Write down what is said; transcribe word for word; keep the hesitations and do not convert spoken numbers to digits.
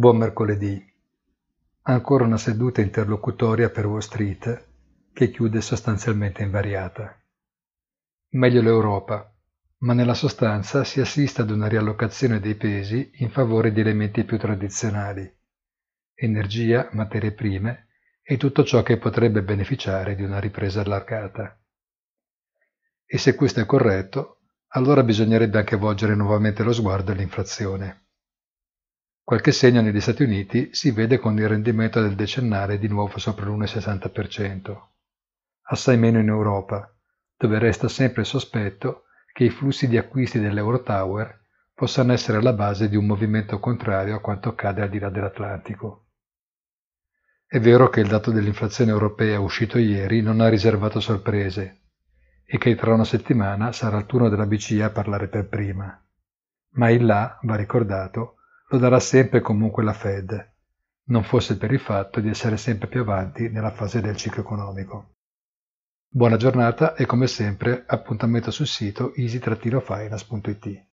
Buon mercoledì. Ancora una seduta interlocutoria per Wall Street che chiude sostanzialmente invariata. Meglio l'Europa, ma nella sostanza si assiste ad una riallocazione dei pesi in favore di elementi più tradizionali: energia, materie prime e tutto ciò che potrebbe beneficiare di una ripresa allargata. E se questo è corretto, allora bisognerebbe anche volgere nuovamente lo sguardo all'inflazione. Qualche segno negli Stati Uniti si vede con il rendimento del decennale di nuovo sopra l'uno virgola sessanta per cento. Assai meno in Europa, dove resta sempre il sospetto che i flussi di acquisti dell'Eurotower possano essere alla base di un movimento contrario a quanto accade al di là dell'Atlantico. È vero che il dato dell'inflazione europea uscito ieri non ha riservato sorprese e che tra una settimana sarà il turno della B C E a parlare per prima. Ma il là, va ricordato, lo darà sempre e comunque la Fed, non fosse per il fatto di essere sempre più avanti nella fase del ciclo economico. Buona giornata e come sempre appuntamento sul sito easy finance punto it.